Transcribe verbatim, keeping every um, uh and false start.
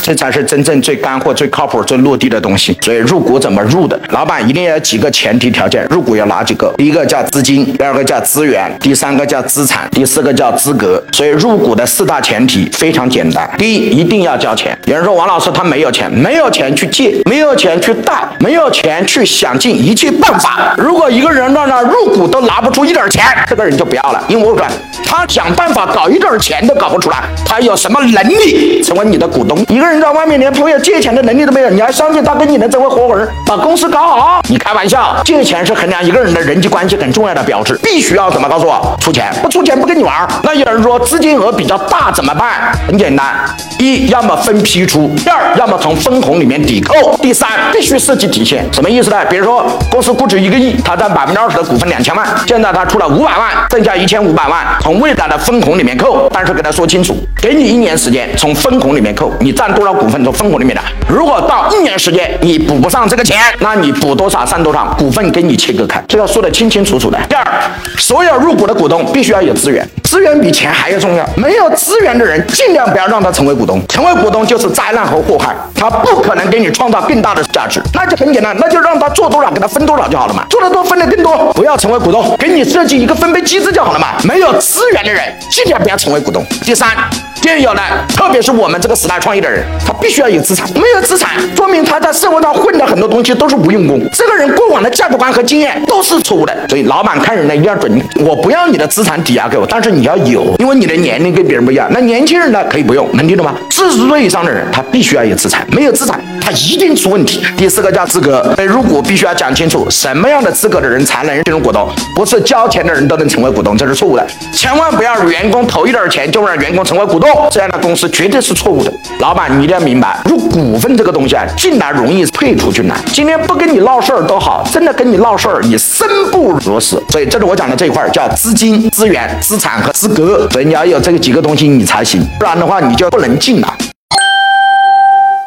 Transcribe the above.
这才是真正最干货、最靠谱、最落地的东西。所以入股怎么入的？老板一定要有几个前提条件，入股有哪几个？第一个叫资金，第二个叫资源，第三个叫资产，第四个叫资格。所以入股的四大前提非常简单。第一，一定要交钱。有人说王老师他没有钱，没有钱去借，没有钱去贷，没有钱去想尽一切办法。如果一个人让他入股都拿不出一点钱，这个人就不要了。因为我说他想办法搞一点钱都搞不出来，他有什么能力成为你的股东？一个人在外面连朋友借钱的能力都没有，你还相信他跟你能成为合伙人，把公司搞好？你开玩笑！借钱是衡量一个人的人际关系很重要的标志，必须要怎么告诉我？出钱，不出钱不跟你玩。那有人说资金额比较大怎么办？很简单，一要么分批出，第二要么从分红里面抵扣，第三必须设计底线。什么意思呢？比如说公司估值一个亿，他占百分之二十的股份两千万，现在他出了五百万，剩下一千五百万从未来的分红里面扣，但是给他说清楚，给你一年时间从分红里面扣，你占多少股份从分红里面的。如果到一年时间你补不上这个钱，那你补多少算多少，股份给你切割开，这要说得清清楚楚的。第二，所有入股的股东必须要有资源，资源比钱还要重要。没有资源的人尽量不要让他成为股东，成为股东就是灾难和祸害，他不可能给你创造更大的价值。那就很简单，那就让他做多少给他分多少就好了嘛，做得多分得更多，不要成为股东，给你设计一个分配机制就好了嘛。没有资源的人尽量不要成为股东。第三，电有呢，特别是我们这个时代创业的人，他必须要有资产。没有资产，说明他在社会上混的很多东西都是无用功。这个人过往的价值观和经验都是错误的。所以老板看人呢一定要准。我不要你的资产抵押给我，但是你要有，因为你的年龄跟别人不一样。那年轻人呢可以不用，能听懂吗？四十岁以上的人他必须要有资产，没有资产他一定出问题。第四个叫资格，所以入股必须要讲清楚什么样的资格的人才能进入股东，不是交钱的人都能成为股东，这是错误的。千万不要员工投一点钱就让员工成为股东，这样的公司绝对是错误的。老板你一定要明白，入股份这个东西啊，进来容易退出去难。今天不跟你闹事儿都好，真的跟你闹事儿你生不如死。所以这是我讲的这一块叫资金、资源、资产和资格，所以你要有这个几个东西你才行，不然的话你就不能进来。